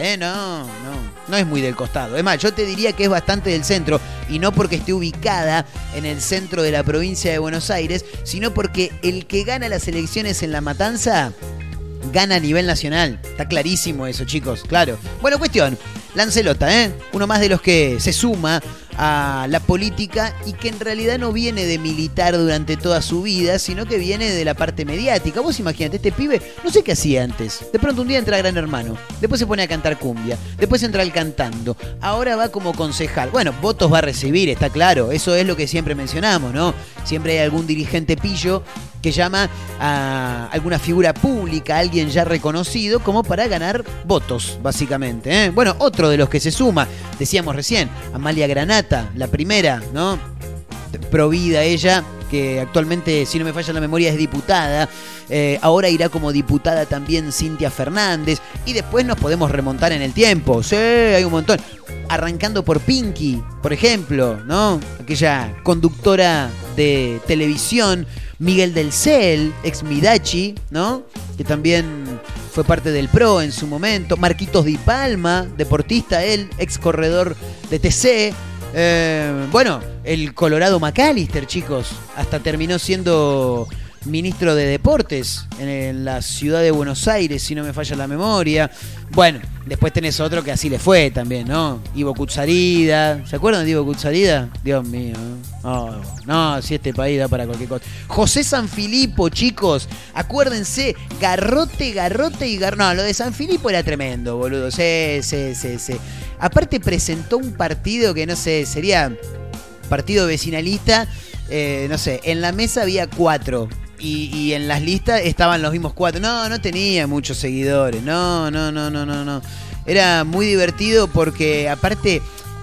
no es muy del costado. Es más, yo te diría que es bastante del centro, y no porque esté ubicada en el centro de la provincia de Buenos Aires, sino porque el que gana las elecciones en La Matanza gana a nivel nacional. Está clarísimo eso, chicos, claro. Bueno, cuestión, Lancelota, uno más de los que se suma a la política y que en realidad no viene de militar durante toda su vida, sino que viene de la parte mediática. Vos imaginate, este pibe, no sé qué hacía antes. De pronto un día entra a Gran Hermano, después se pone a cantar cumbia, después entra al Cantando, ahora va como concejal. Bueno, votos va a recibir, está claro, eso es lo que siempre mencionamos, ¿no? Siempre hay algún dirigente pillo que llama a alguna figura pública, a alguien ya reconocido, como para ganar votos, básicamente. Bueno, otro de los que se suma, decíamos recién, Amalia Granata, la primera, ¿no? Provida ella, que actualmente, si no me falla la memoria, es diputada. Ahora irá como diputada también Cintia Fernández. Y después nos podemos remontar en el tiempo. Sí, hay un montón. Arrancando por Pinky, por ejemplo, ¿no? Aquella conductora de televisión. Miguel del Cel, ex Midachi, ¿no? Que también fue parte del PRO en su momento. Marquitos Di Palma, deportista él, ex corredor de TC. Bueno, el Colorado McAllister, chicos, hasta terminó siendo ministro de Deportes en la ciudad de Buenos Aires, si no me falla la memoria. Bueno, después tenés otro que así le fue también, ¿no? Ivo Kutsarida, ¿se acuerdan de Ivo Kutsarida? Dios mío, no, si este país da para cualquier cosa. José Sanfilippo, chicos, acuérdense, garrote y garrote. No, lo de Sanfilippo era tremendo, boludo, sí. Aparte presentó un partido que no sé, sería partido vecinalista, no sé, en la mesa había 4. y en las listas estaban los mismos 4. No tenía muchos seguidores. No. Era muy divertido porque aparte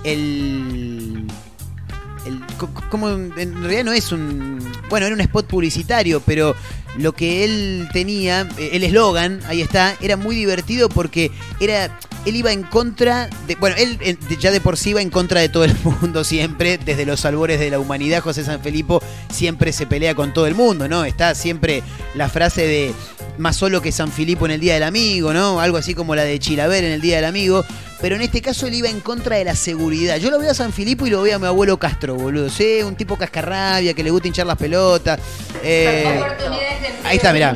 como en realidad no es era un spot publicitario, pero lo que él tenía, el eslogan, ahí está, era muy divertido porque él iba en contra de, él ya de por sí iba en contra de todo el mundo siempre, desde los albores de la humanidad. José Sanfilippo siempre se pelea con todo el mundo, ¿no? Está siempre la frase de más solo que Sanfilippo en el Día del Amigo, ¿no? Algo así como la de Chilaver en el Día del Amigo. Pero en este caso él iba en contra de la seguridad. Yo lo veo a Sanfilippo y lo veo a mi abuelo Castro, boludo. Sí, un tipo cascarrabia, que le gusta hinchar las pelotas. Ahí está, mirá.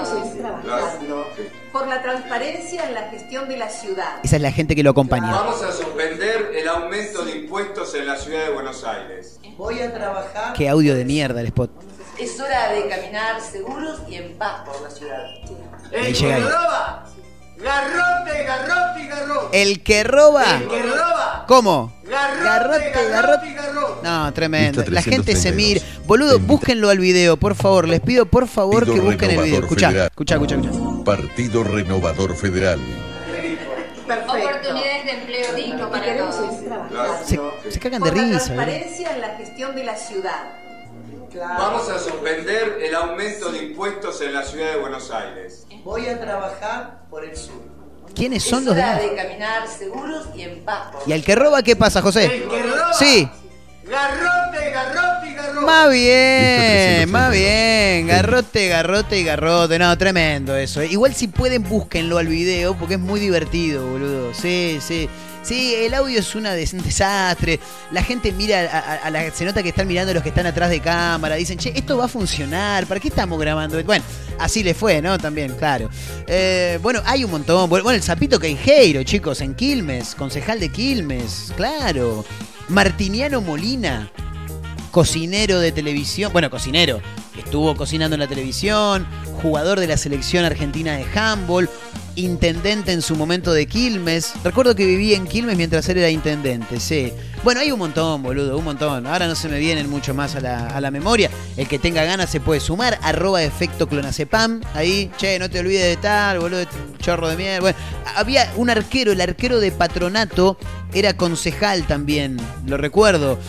Por la transparencia en la gestión de la ciudad. Esa es la gente que lo acompaña. Vamos a suspender el aumento de impuestos en la ciudad de Buenos Aires. Voy a trabajar. Qué audio de mierda el spot. Es hora de caminar seguros y en paz por la ciudad. Ahí llega ahí. Garrote, garrote y garrote. El que roba. El que roba. ¿Cómo? Garrote. No, tremendo. La gente se mira. Boludo, búsquenlo al video, por favor. Les pido, por favor, que busquen el video. Escucha. Partido Renovador Federal. Perfecto. Oportunidades de empleo digno para todos. Se cagan de risa. Transparencia en la gestión de la ciudad. Vamos a suspender el aumento de impuestos en la ciudad de Buenos Aires. Voy a trabajar por el sur. ¿Quiénes son los demás? Es hora de caminar seguros y en paz. ¿Y al que roba qué pasa, José? El que roba. Sí. Garrote. Más bien. Garrote. No, tremendo eso. Igual si pueden, búsquenlo al video porque es muy divertido, boludo. Sí. Sí, el audio es un desastre. La gente mira, se nota que están mirando los que están atrás de cámara. Dicen, che, esto va a funcionar. ¿Para qué estamos grabando? Bueno, así le fue, ¿no? También, claro. Hay un montón. Bueno, el Zapito Queijeiro, chicos, en Quilmes. Concejal de Quilmes, claro. Martiniano Molina, cocinero de televisión. Bueno, cocinero. Estuvo cocinando en la televisión. Jugador de la selección argentina de handball. Intendente en su momento de Quilmes. Recuerdo que vivía en Quilmes mientras él era intendente, sí. Bueno, hay un montón, boludo, un montón. Ahora no se me vienen mucho más a la memoria. El que tenga ganas se puede sumar. @efectoclonacepam. Ahí, che, no te olvides de tal, boludo, chorro de mierda. Bueno, había un arquero, el arquero de Patronato, era concejal también, lo recuerdo.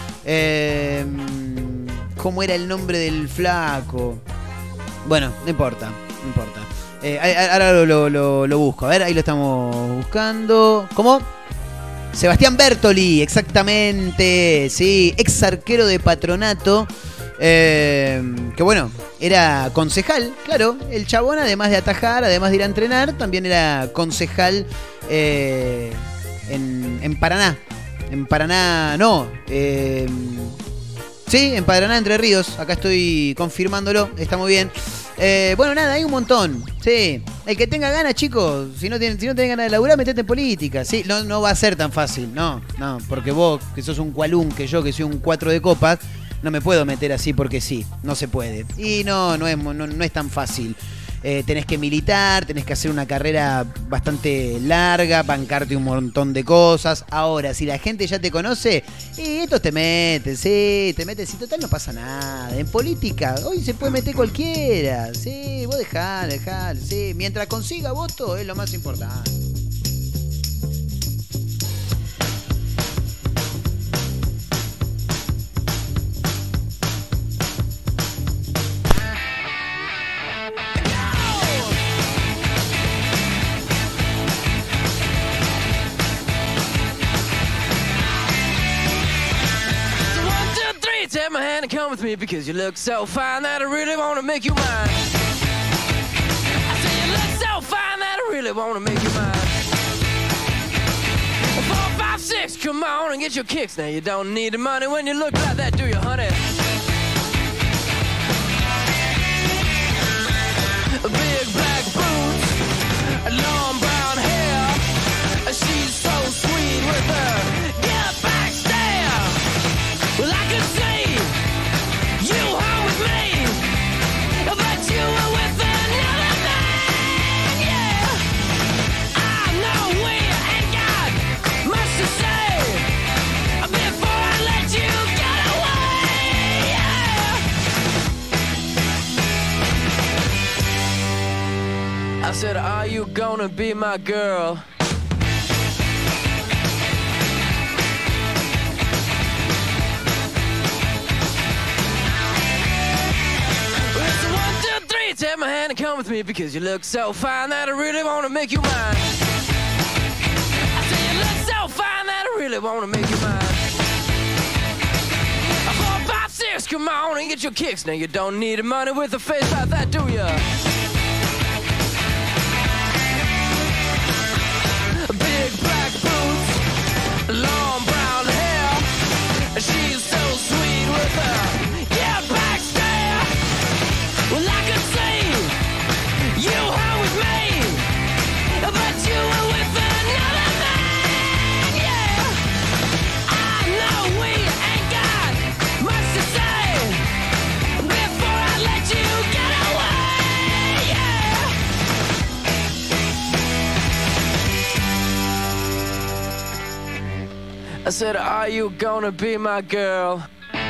¿Cómo era el nombre del flaco? Bueno, no importa. Ahora lo busco. A ver, ahí lo estamos buscando. ¿Cómo? Sebastián Bertoli, exactamente. Sí, ex arquero de Patronato. Que bueno, era concejal, claro. El chabón, además de atajar, además de ir a entrenar, también era concejal en Paraná. En Paraná, no. Sí, en Paraná, Entre Ríos. Acá estoy confirmándolo. Está muy bien. Bueno, nada, hay un montón. Sí. El que tenga ganas, chicos, si no tenés ganas de laburar, metete en política. Sí, no va a ser tan fácil. No, porque vos, que sos un cualún, que yo, que soy un 4 de copas, no me puedo meter así porque sí. No se puede. Y no es tan fácil. Tenés que militar, tenés que hacer una carrera bastante larga, bancarte un montón de cosas. Ahora, si la gente ya te conoce, estos te meten, sí, y total no pasa nada. En política, hoy se puede meter cualquiera, sí, vos dejalo, sí. Mientras consiga voto es lo más importante. Take my hand and come with me because you look so fine that I really want to make you mine. I say you look so fine that I really want to make you mine. 4, 5, 6, come on and get your kicks. Now you don't need the money when you look like that, do you, honey? Big black boots, long brown hair. She's so sweet with her get back stare. Well, I could see you home with me, but you were with another man, yeah. I know we ain't got much to say before I let you get away, said, are you gonna be my girl? It's 1, 2, 3, take my hand and come with me because you look so fine that I really wanna make you mine. I say you look so fine that I really wanna make you mine. 4, 5, 6, come on and get your kicks. Now you don't need money with a face like that, do ya? Big black boots, long brown hair. She's so sweet with her yeah back stare. Well, I could see you home with me, but you were with another man. Yeah, I know we ain't got much to say before I let you get away. Yeah. I said, are you gonna be my girl?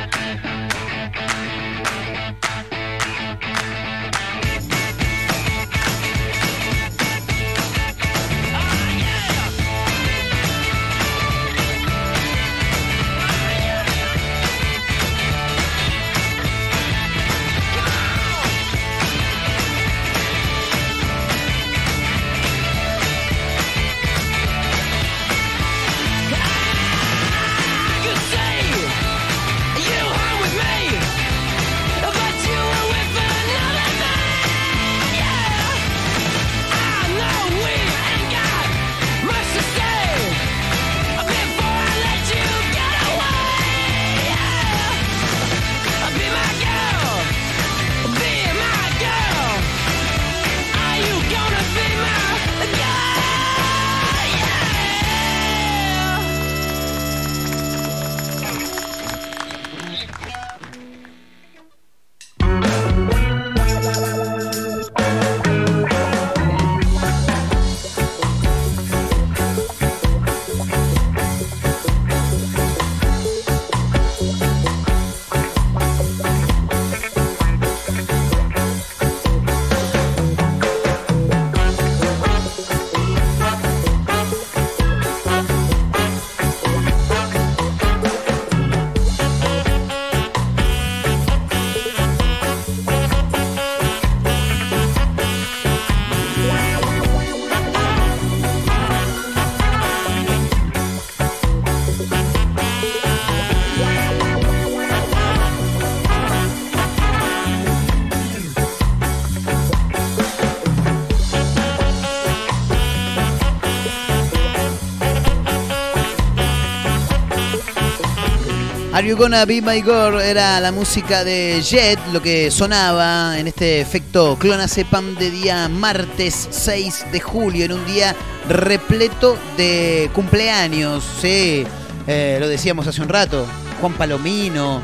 Are You Gonna Be My Girl era la música de Jet, lo que sonaba en este efecto Clonazepam de día martes 6 de julio, en un día repleto de cumpleaños. Sí, lo decíamos hace un rato, Juan Palomino,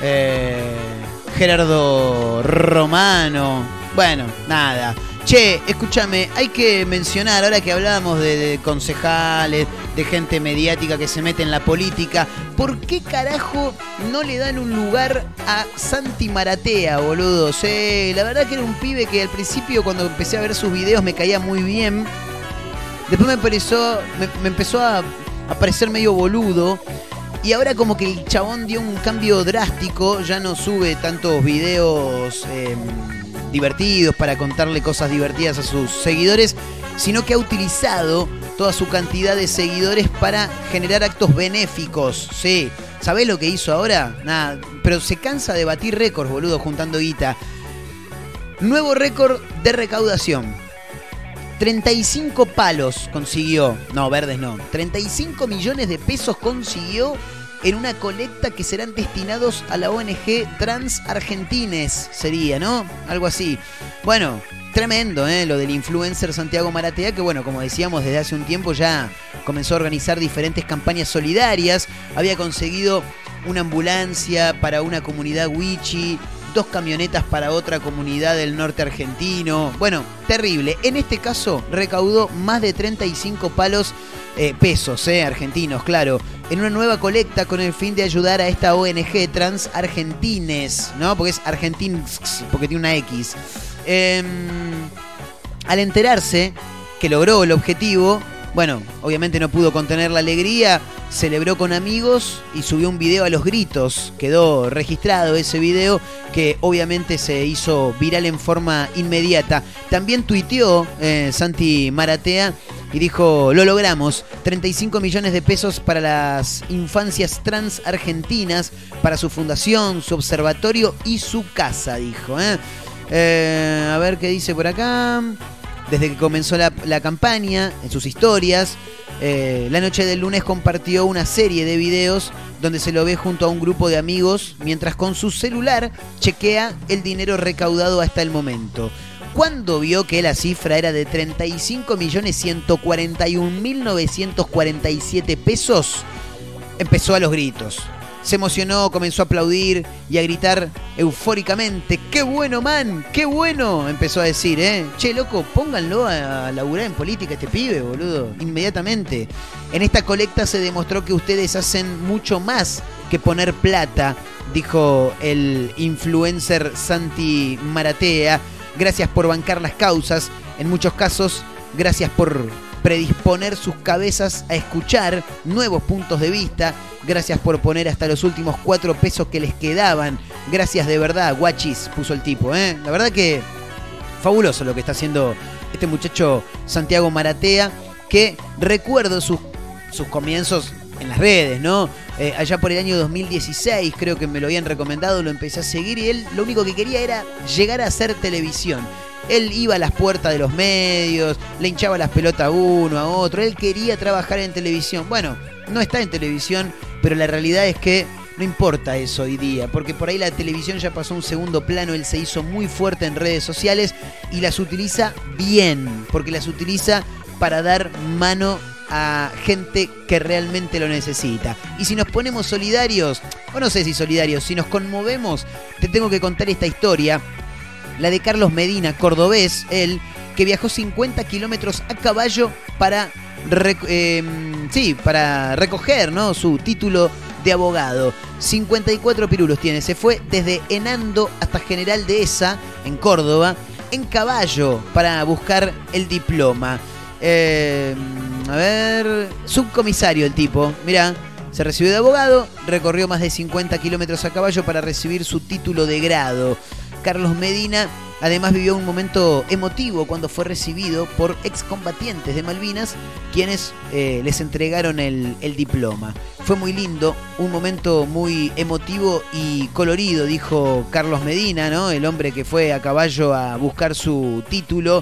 Gerardo Romano, bueno, nada. Che, escúchame, hay que mencionar, ahora que hablábamos de concejales, de gente mediática que se mete en la política, ¿por qué carajo no le dan un lugar a Santi Maratea, boludo? Sí, la verdad que era un pibe que al principio, cuando empecé a ver sus videos, me caía muy bien. Después me empezó a parecer medio boludo. Y ahora como que el chabón dio un cambio drástico, ya no sube tantos videos divertidos para contarle cosas divertidas a sus seguidores, sino que ha utilizado toda su cantidad de seguidores para generar actos benéficos. Sí, ¿sabés lo que hizo ahora? Nada, pero se cansa de batir récords, boludo, juntando guita. Nuevo récord de recaudación. 35 palos consiguió, no, verdes no, 35 millones de pesos consiguió en una colecta que serán destinados a la ONG Trans Argentines, sería, ¿no? Algo así. Bueno, tremendo, lo del influencer Santiago Maratea, que bueno, como decíamos, desde hace un tiempo ya comenzó a organizar diferentes campañas solidarias, había conseguido una ambulancia para una comunidad wichi, 2 camionetas para otra comunidad del norte argentino. Bueno, terrible. En este caso recaudó más de 35 palos pesos argentinos, claro, en una nueva colecta con el fin de ayudar a esta ONG Trans Argentines, ¿no? Porque es Argentins, porque tiene una X. al enterarse que logró el objetivo, bueno, obviamente no pudo contener la alegría, celebró con amigos y subió un video a los gritos. Quedó registrado ese video que obviamente se hizo viral en forma inmediata. También tuiteó Santi Maratea y dijo: lo logramos, 35 millones de pesos para las infancias trans argentinas, para su fundación, su observatorio y su casa, dijo. A ver qué dice por acá. Desde que comenzó la campaña, en sus historias, la noche del lunes compartió una serie de videos donde se lo ve junto a un grupo de amigos mientras con su celular chequea el dinero recaudado hasta el momento. Cuando vio que la cifra era de 35.141.947 pesos, empezó a los gritos. Se emocionó, comenzó a aplaudir y a gritar eufóricamente: ¡qué bueno, man! ¡Qué bueno! Empezó a decir, che, loco, pónganlo a laburar en política este pibe, boludo, inmediatamente. En esta colecta se demostró que ustedes hacen mucho más que poner plata, dijo el influencer Santi Maratea. Gracias por bancar las causas. En muchos casos, gracias por predisponer sus cabezas a escuchar nuevos puntos de vista. Gracias por poner hasta los últimos 4 pesos que les quedaban. Gracias de verdad, guachis, puso el tipo. La verdad que fabuloso lo que está haciendo este muchacho Santiago Maratea, que recuerdo sus comienzos en las redes, ¿no? Allá por el año 2016 creo que me lo habían recomendado, lo empecé a seguir y él lo único que quería era llegar a hacer televisión. Él iba a las puertas de los medios, le hinchaba las pelotas a uno, a otro. Él quería trabajar en televisión. Bueno, no está en televisión, pero la realidad es que no importa eso hoy día, porque por ahí la televisión ya pasó a un segundo plano. Él se hizo muy fuerte en redes sociales y las utiliza bien, porque las utiliza para dar mano a gente que realmente lo necesita. Y si nos ponemos solidarios, o no sé si solidarios, si nos conmovemos, te tengo que contar esta historia. La de Carlos Medina, cordobés, él, que viajó 50 kilómetros a caballo para recoger, ¿no?, su título de abogado. 54 pirulos tiene. Se fue desde Henando hasta General Dehesa, en Córdoba, en caballo para buscar el diploma. Subcomisario el tipo, mirá. Se recibió de abogado, recorrió más de 50 kilómetros a caballo para recibir su título de grado. Carlos Medina además vivió un momento emotivo cuando fue recibido por excombatientes de Malvinas, quienes les entregaron el diploma. Fue muy lindo, un momento muy emotivo y colorido, dijo Carlos Medina, ¿no?, el hombre que fue a caballo a buscar su título.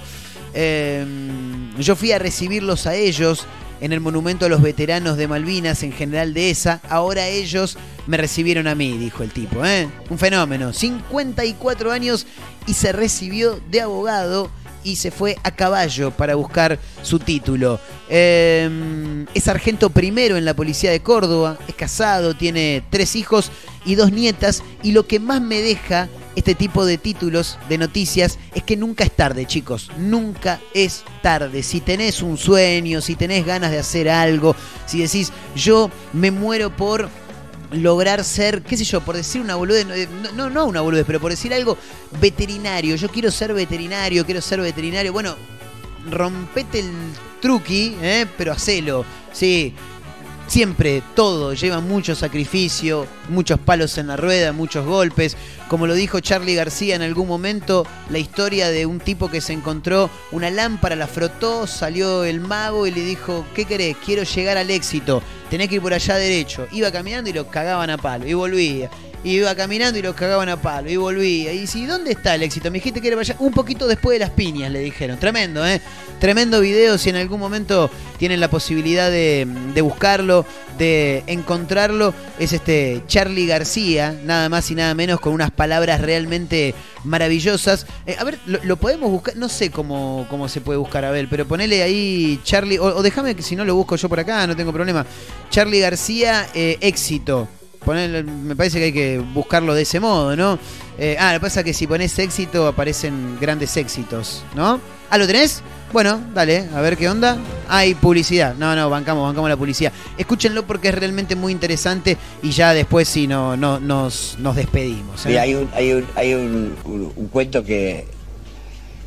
Yo fui a recibirlos a ellos en el monumento a los veteranos de Malvinas en General Dehesa. Ahora ellos me recibieron a mí, dijo el tipo. Un fenómeno. 54 años y se recibió de abogado y se fue a caballo para buscar su título. Es sargento primero en la policía de Córdoba, es casado, tiene 3 hijos y 2 nietas, y lo que más me deja este tipo de títulos, de noticias, es que nunca es tarde, chicos. Nunca es tarde. Si tenés un sueño, si tenés ganas de hacer algo, si decís, yo me muero por lograr ser, qué sé yo, por decir una boludez, no una boludez, pero por decir algo, veterinario. Yo quiero ser veterinario, bueno, rompete el truqui, pero hacelo, sí. Siempre todo lleva mucho sacrificio, muchos palos en la rueda, muchos golpes. Como lo dijo Charly García en algún momento, la historia de un tipo que se encontró una lámpara, la frotó, salió el mago y le dijo: ¿qué querés? Quiero llegar al éxito, tenés que ir por allá derecho. Iba caminando y lo cagaban a palo y volvía. Iba caminando y lo cagaban a palo y volvía. Y si, ¿dónde está el éxito? Me dijiste que era para allá. Un poquito después de las piñas, le dijeron. Tremendo, tremendo video. Si en algún momento tienen la posibilidad de buscarlo, de encontrarlo, es Charly García, nada más y nada menos, con unas palabras realmente maravillosas. A ver, lo podemos buscar, no sé cómo se puede buscar, a ver, pero ponele ahí Charly, o déjame que si no lo busco yo por acá, no tengo problema. Charly García, éxito. Me parece que hay que buscarlo de ese modo, ¿no? Lo que pasa es que si pones éxito aparecen grandes éxitos, ¿no? ¿Lo tenés? Bueno, dale, a ver qué onda. Hay publicidad. No, bancamos la publicidad. Escúchenlo porque es realmente muy interesante y ya después sí nos despedimos. Mira, hay un cuento que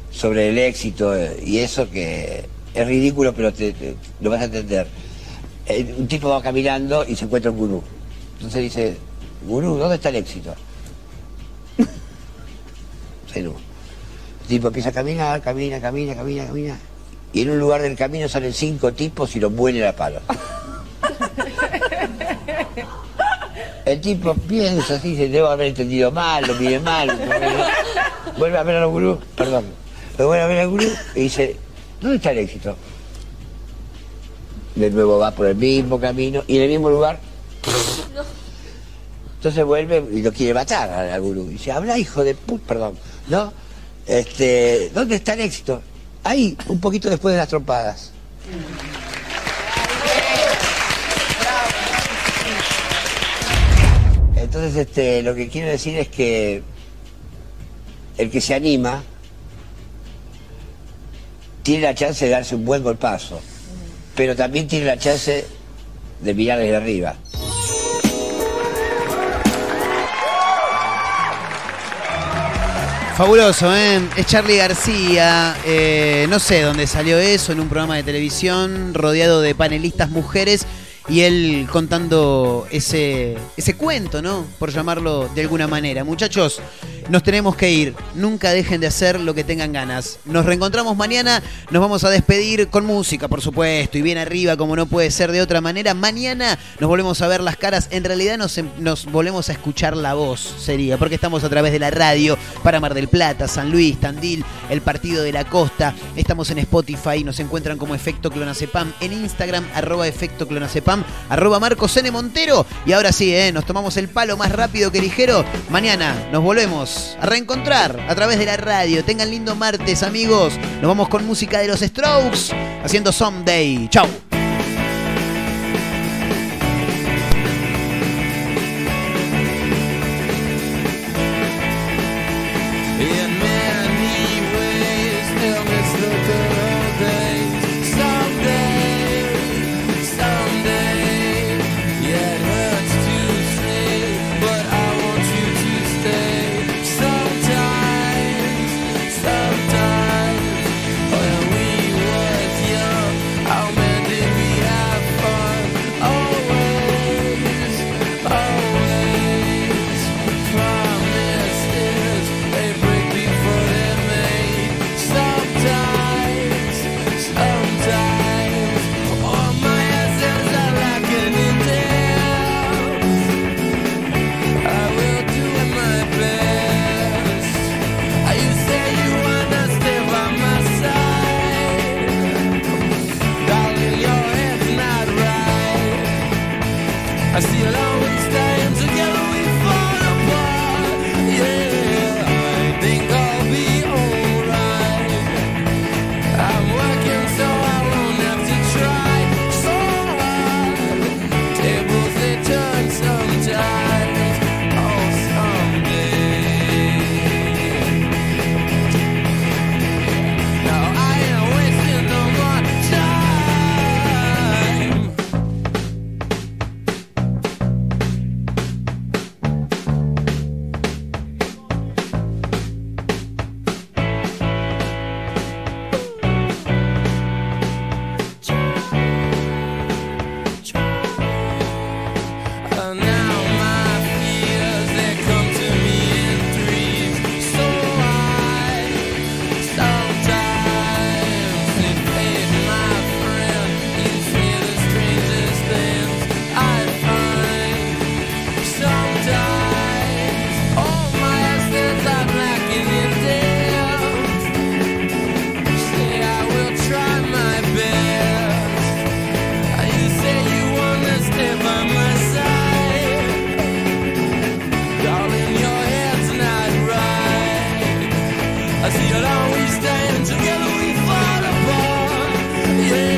sobre el éxito y eso que es ridículo, pero lo vas a entender. Un tipo va caminando y se encuentra un gurú. Entonces dice, gurú, ¿dónde está el éxito? El tipo empieza a caminar, camina. Y en un lugar del camino salen 5 tipos y los muelen a palo. El tipo piensa así, dice, debo haber entendido mal, lo miré mal. Vuelve a ver al gurú, perdón. Pero vuelve a ver al gurú y dice, ¿dónde está el éxito? De nuevo va por el mismo camino y en el mismo lugar. Entonces vuelve y lo quiere matar al gurú. Y dice, habla, hijo de puta, perdón. ¿No? ¿Dónde está el éxito? Ahí, un poquito después de las trompadas. Entonces, lo que quiero decir es que el que se anima tiene la chance de darse un buen golpazo, pero también tiene la chance de mirar desde arriba. Fabuloso, ¿eh? Es Charly García, no sé dónde salió eso, en un programa de televisión rodeado de panelistas mujeres y él contando ese cuento, ¿no? Por llamarlo de alguna manera. Muchachos, nos tenemos que ir. Nunca dejen de hacer lo que tengan ganas. Nos reencontramos mañana. Nos vamos a despedir con música, por supuesto, y bien arriba, como no puede ser de otra manera. Mañana nos volvemos a ver las caras. En realidad nos volvemos a escuchar la voz, sería, porque estamos a través de la radio para Mar del Plata, San Luis, Tandil, el Partido de la Costa. Estamos en Spotify. Nos encuentran como Efecto Clonacepam. En Instagram, @Efecto Clonacepam, @Marcos N. Montero. Y ahora sí, nos tomamos el palo más rápido que ligero. Mañana nos volvemos a reencontrar a través de la radio. Tengan lindo martes, amigos. Nos vamos con música de los Strokes haciendo Someday. Chau. I see it always stand together, we fall apart. Yeah, I think I'll be alright. I'm working so I won't have to try so hard. Tables they turn sometimes. Oh, someday. Now I ain't wasting no more time. I see it always stand together, we fall apart. Yeah.